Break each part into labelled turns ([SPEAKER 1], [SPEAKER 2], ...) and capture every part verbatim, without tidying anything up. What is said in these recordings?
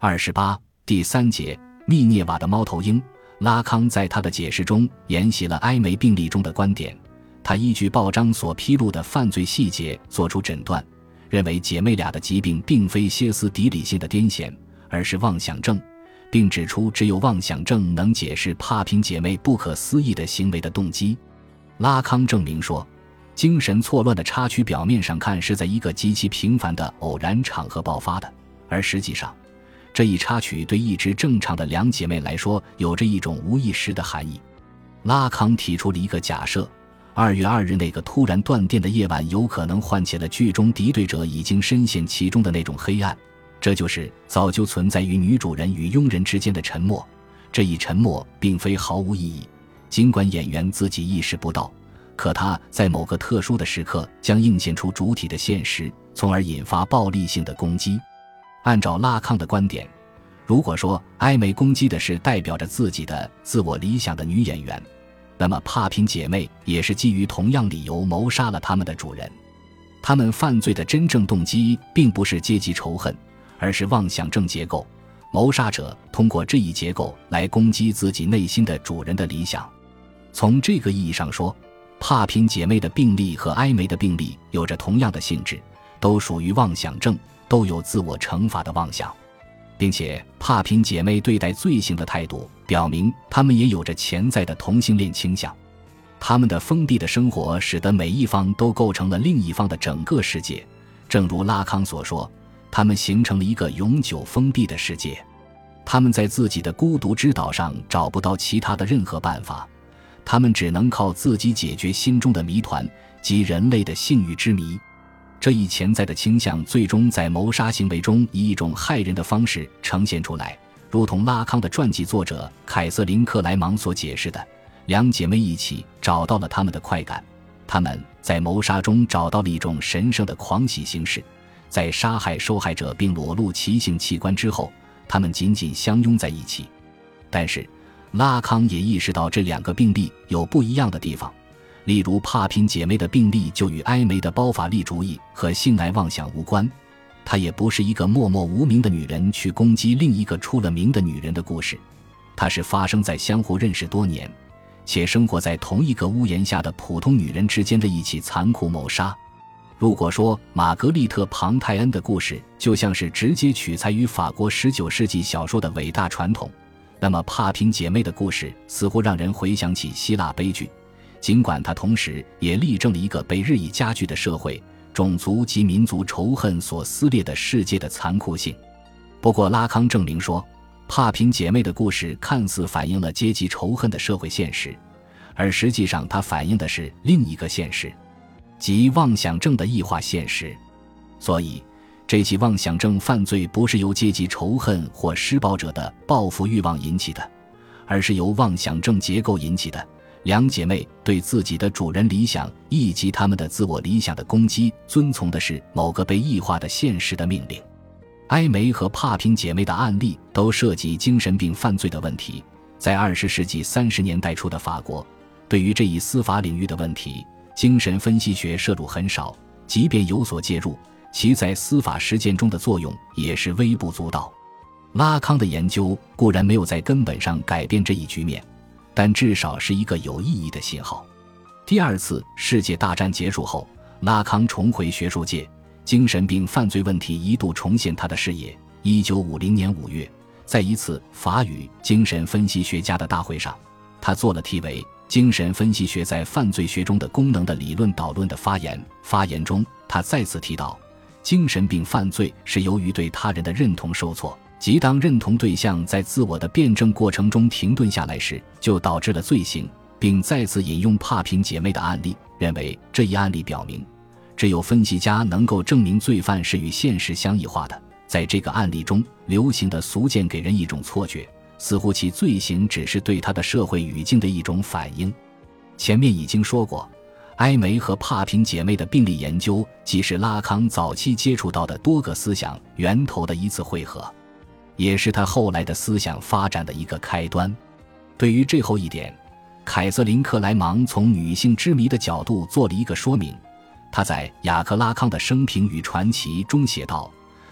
[SPEAKER 1] 二十八第三节密涅瓦的猫头鹰。拉康在他的解释中沿袭了埃梅病例中的观点，他依据报章所披露的犯罪细节做出诊断，认为姐妹俩的疾病并非歇斯底里性的癫痫，而是妄想症，并指出只有妄想症能解释帕平姐妹不可思议的行为的动机。拉康证明说，精神错乱的插曲表面上看是在一个极其平凡的偶然场合爆发的，而实际上这一插曲对一直正常的两姐妹来说有着一种无意识的含义。拉康提出了一个假设，二月二日那个突然断电的夜晚有可能唤起了剧中敌对者已经深陷其中的那种黑暗，这就是早就存在于女主人与佣人之间的沉默。这一沉默并非毫无意义，尽管演员自己意识不到，可它在某个特殊的时刻将映现出主体的现实，从而引发暴力性的攻击。按照拉康的观点，如果说埃梅攻击的是代表着自己的自我理想的女演员，那么帕平姐妹也是基于同样理由谋杀了他们的主人。他们犯罪的真正动机并不是阶级仇恨，而是妄想症结构，谋杀者通过这一结构来攻击自己内心的主人的理想。从这个意义上说，帕平姐妹的病例和埃梅的病例有着同样的性质，都属于妄想症，都有自我惩罚的妄想，并且帕平姐妹对待罪行的态度表明她们也有着潜在的同性恋倾向。她们的封闭的生活使得每一方都构成了另一方的整个世界，正如拉康所说，她们形成了一个永久封闭的世界。她们在自己的孤独之岛上找不到其他的任何办法，她们只能靠自己解决心中的谜团，即人类的性欲之谜。这一潜在的倾向最终在谋杀行为中以一种害人的方式呈现出来，如同拉康的传记作者凯瑟琳·克莱芒所解释的，两姐妹一起找到了她们的快感，她们在谋杀中找到了一种神圣的狂喜形式，在杀害受害者并裸露其性器官之后，她们紧紧相拥在一起。但是拉康也意识到这两个病例有不一样的地方，例如帕平姐妹的病例就与埃梅的包法利主义和性爱妄想无关，她也不是一个默默无名的女人去攻击另一个出了名的女人的故事，它是发生在相互认识多年且生活在同一个屋檐下的普通女人之间的一起残酷谋杀。如果说玛格丽特·庞泰恩的故事就像是直接取材于法国十九世纪小说的伟大传统，那么帕平姐妹的故事似乎让人回想起希腊悲剧，尽管它同时也例证了一个被日益加剧的社会、种族及民族仇恨所撕裂的世界的残酷性。不过拉康证明说，帕平姐妹的故事看似反映了阶级仇恨的社会现实，而实际上它反映的是另一个现实，即妄想症的异化现实。所以这起妄想症犯罪不是由阶级仇恨或施暴者的报复欲望引起的，而是由妄想症结构引起的。两姐妹对自己的主人理想以及她们的自我理想的攻击，遵从的是某个被异化的现实的命令。埃梅和帕平姐妹的案例都涉及精神病犯罪的问题，在二十世纪三十年代初的法国，对于这一司法领域的问题，精神分析学摄入很少，即便有所介入，其在司法实践中的作用也是微不足道。拉康的研究固然没有在根本上改变这一局面，但至少是一个有意义的信号。第二次世界大战结束后，拉康重回学术界，精神病犯罪问题一度重现他的视野。一九五零年五月，在一次法语精神分析学家的大会上，他做了题为《精神分析学在犯罪学中的功能》的理论导论的发言。发言中，他再次提到，精神病犯罪是由于对他人的认同受挫，即当认同对象在自我的辩证过程中停顿下来时，就导致了罪行，并再次引用帕平姐妹的案例，认为这一案例表明，只有分析家能够证明罪犯是与现实相异化的。在这个案例中，流行的俗见给人一种错觉，似乎其罪行只是对他的社会语境的一种反应。前面已经说过，埃梅和帕平姐妹的病例研究既是拉康早期接触到的多个思想源头的一次汇合，也是他后来的思想发展的一个开端。对于这后一点，凯瑟琳·克莱芒从女性之谜的角度做了一个说明。他在雅克拉康的生平与传奇中写道，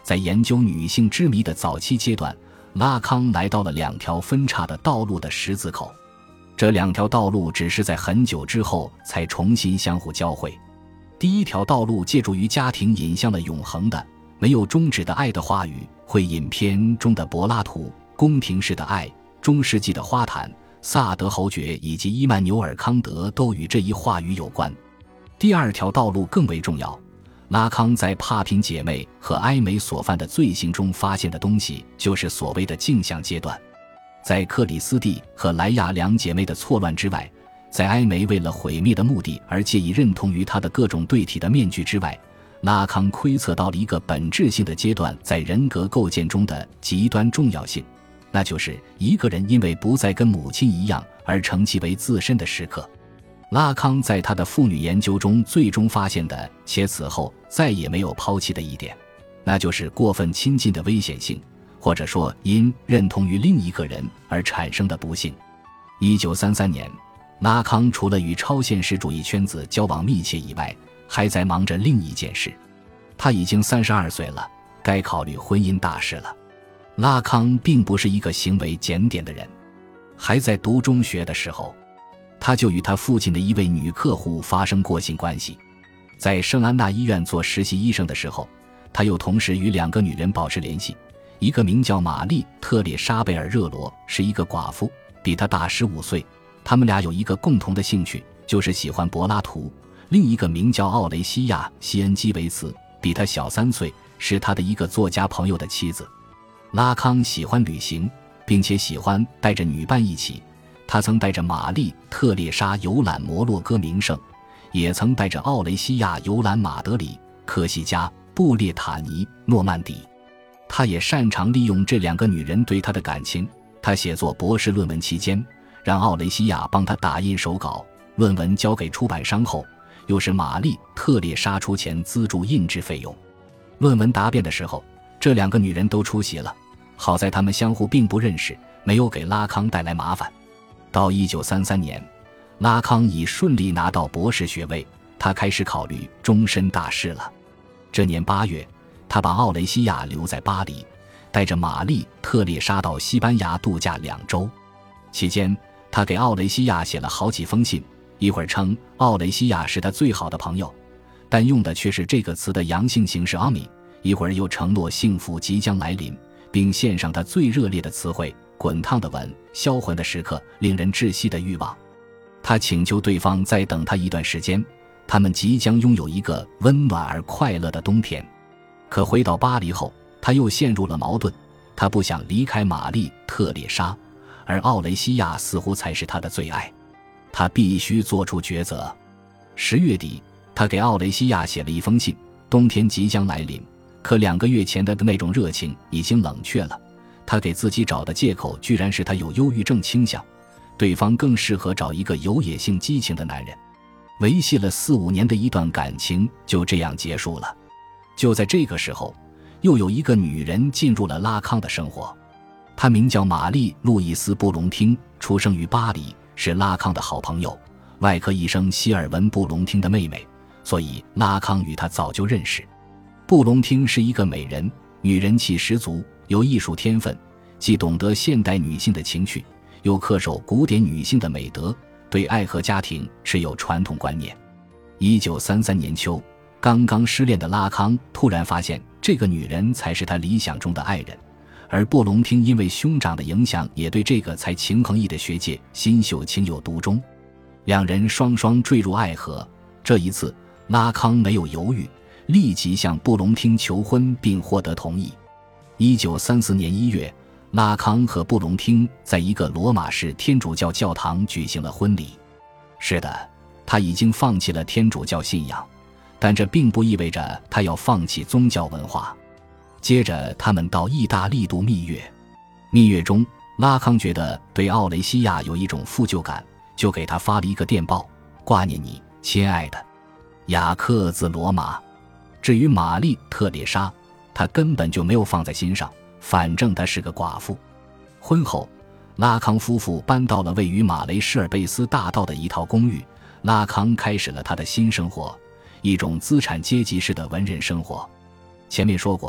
[SPEAKER 1] 在研究女性之谜的早期阶段，拉康来到了两条分岔的道路的十字口。这两条道路只是在很久之后才重新相互交汇。第一条道路借助于家庭引向了永恒的、没有终止的爱的话语，会引篇中的柏拉图、宫廷式的爱、中世纪的花坛、萨德侯爵以及伊曼纽尔·康德都与这一话语有关。第二条道路更为重要，拉康在帕品姐妹和埃梅所犯的罪行中发现的东西，就是所谓的镜像阶段。在克里斯蒂和莱亚两姐妹的错乱之外，在埃梅为了毁灭的目的而借以认同于她的各种对体的面具之外，拉康窥测到了一个本质性的阶段在人格构建中的极端重要性，那就是一个人因为不再跟母亲一样而称其为自身的时刻。拉康在他的妇女研究中最终发现的，且此后再也没有抛弃的一点，那就是过分亲近的危险性，或者说因认同于另一个人而产生的不幸。一九三三年，拉康除了与超现实主义圈子交往密切以外，还在忙着另一件事。他已经三十二岁了，该考虑婚姻大事了。拉康并不是一个行为检点的人，还在读中学的时候，他就与他父亲的一位女客户发生过性关系。在圣安娜医院做实习医生的时候，他又同时与两个女人保持联系，一个名叫玛丽·特列莎·贝尔热罗，是一个寡妇，比他大十五岁。他们俩有一个共同的兴趣，就是喜欢柏拉图。另一个名叫奥雷西亚·西恩基维茨，比他小三岁，是他的一个作家朋友的妻子。拉康喜欢旅行，并且喜欢带着女伴一起。他曾带着玛丽·特列莎游览摩洛哥名胜，也曾带着奥雷西亚游览马德里、科西嘉、布列塔尼、诺曼底。他也擅长利用这两个女人对他的感情。他写作博士论文期间，让奥雷西亚帮他打印手稿，论文交给出版商后，又是玛丽·特列莎出钱资助印制费用。论文答辩的时候，这两个女人都出席了，好在他们相互并不认识，没有给拉康带来麻烦。到一九三三年，拉康已顺利拿到博士学位，他开始考虑终身大事了。这年八月，他把奥雷西亚留在巴黎，带着玛丽·特列莎到西班牙度假两周。期间，他给奥雷西亚写了好几封信，一会儿称奥雷西亚是他最好的朋友，但用的却是这个词的阳性形式阿米；一会儿又承诺幸福即将来临，并献上他最热烈的词汇：滚烫的吻、销魂的时刻、令人窒息的欲望。他请求对方再等他一段时间，他们即将拥有一个温暖而快乐的冬天。可回到巴黎后，他又陷入了矛盾，他不想离开玛丽·特列莎，而奥雷西亚似乎才是他的最爱。他必须做出抉择。十月底，他给奥雷西亚写了一封信，冬天即将来临，可两个月前的那种热情已经冷却了。他给自己找的借口居然是他有忧郁症倾向，对方更适合找一个有野性激情的男人。维系了四五年的一段感情就这样结束了。就在这个时候，又有一个女人进入了拉康的生活。她名叫玛丽·路易斯·布隆汀，出生于巴黎，是拉康的好朋友，外科医生希尔文·布隆汀的妹妹，所以拉康与她早就认识。布隆汀是一个美人，女人气十足，有艺术天分，既懂得现代女性的情趣，又恪守古典女性的美德，对爱和家庭持有传统观念。一九三三年秋，刚刚失恋的拉康突然发现这个女人才是他理想中的爱人，而布隆汀因为兄长的影响也对这个才情横溢的学界新秀情有独钟，两人双双坠入爱河。这一次拉康没有犹豫，立即向布隆汀求婚并获得同意。一九三四年一月，拉康和布隆汀在一个罗马式天主教教堂举行了婚礼。是的，他已经放弃了天主教信仰，但这并不意味着他要放弃宗教文化。接着他们到意大利度蜜月，蜜月中拉康觉得对奥雷西亚有一种负疚感，就给他发了一个电报：挂念你，亲爱的雅克自罗马。至于玛丽·特列莎，他根本就没有放在心上，反正她是个寡妇。婚后，拉康夫妇搬到了位于马雷施尔贝斯大道的一套公寓，拉康开始了他的新生活，一种资产阶级式的文人生活。前面说过，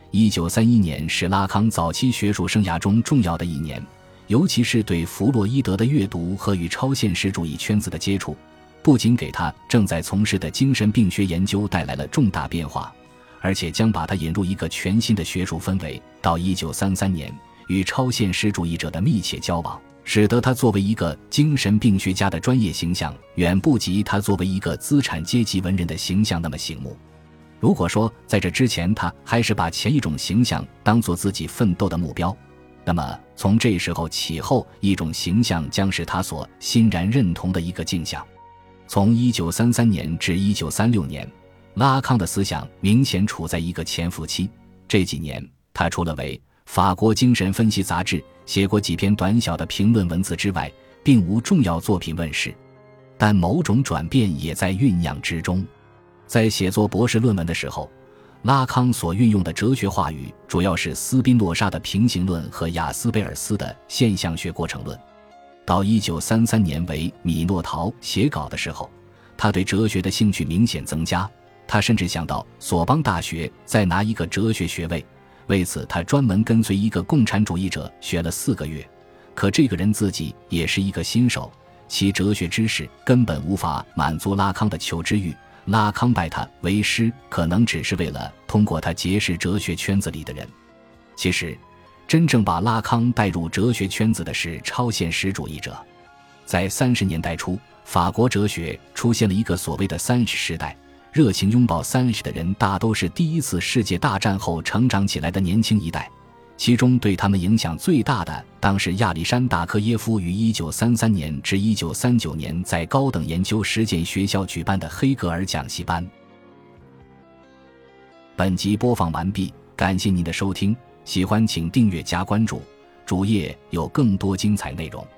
[SPEAKER 1] 一九三一年是拉康早期学术生涯中重要的一年，尤其是对弗洛伊德的阅读和与超现实主义圈子的接触，不仅给他正在从事的精神病学研究带来了重大变化，而且将把他引入一个全新的学术氛围。到一九三三年，与超现实主义者的密切交往，使得他作为一个精神病学家的专业形象远不及他作为一个资产阶级文人的形象那么醒目。如果说在这之前他还是把前一种形象当作自己奋斗的目标，那么从这时候起后，一种形象将是他所欣然认同的一个镜像。从一九三三年至一九三六年，拉康的思想明显处在一个潜伏期。这几年他除了为法国精神分析杂志写过几篇短小的评论文字之外，并无重要作品问世，但某种转变也在酝酿之中。在写作博士论文的时候，拉康所运用的哲学话语主要是斯宾诺莎的平行论和雅斯贝尔斯的现象学过程论。到一九三三年为米诺陶写稿的时候，他对哲学的兴趣明显增加，他甚至想到索邦大学再拿一个哲学学位，为此他专门跟随一个共产主义者学了四个月。可这个人自己也是一个新手，其哲学知识根本无法满足拉康的求知欲。拉康拜他为师，可能只是为了通过他结识哲学圈子里的人。其实真正把拉康带入哲学圈子的是超现实主义者。在三十年代初，法国哲学出现了一个所谓的三十时代，热情拥抱三十的人大都是第一次世界大战后成长起来的年轻一代，其中对他们影响最大的当是亚历山大科耶夫于一九三三年至一九三九年在高等研究实践学校举办的黑格尔讲习班。本集播放完毕，感谢您的收听，喜欢请订阅加关注，主页有更多精彩内容。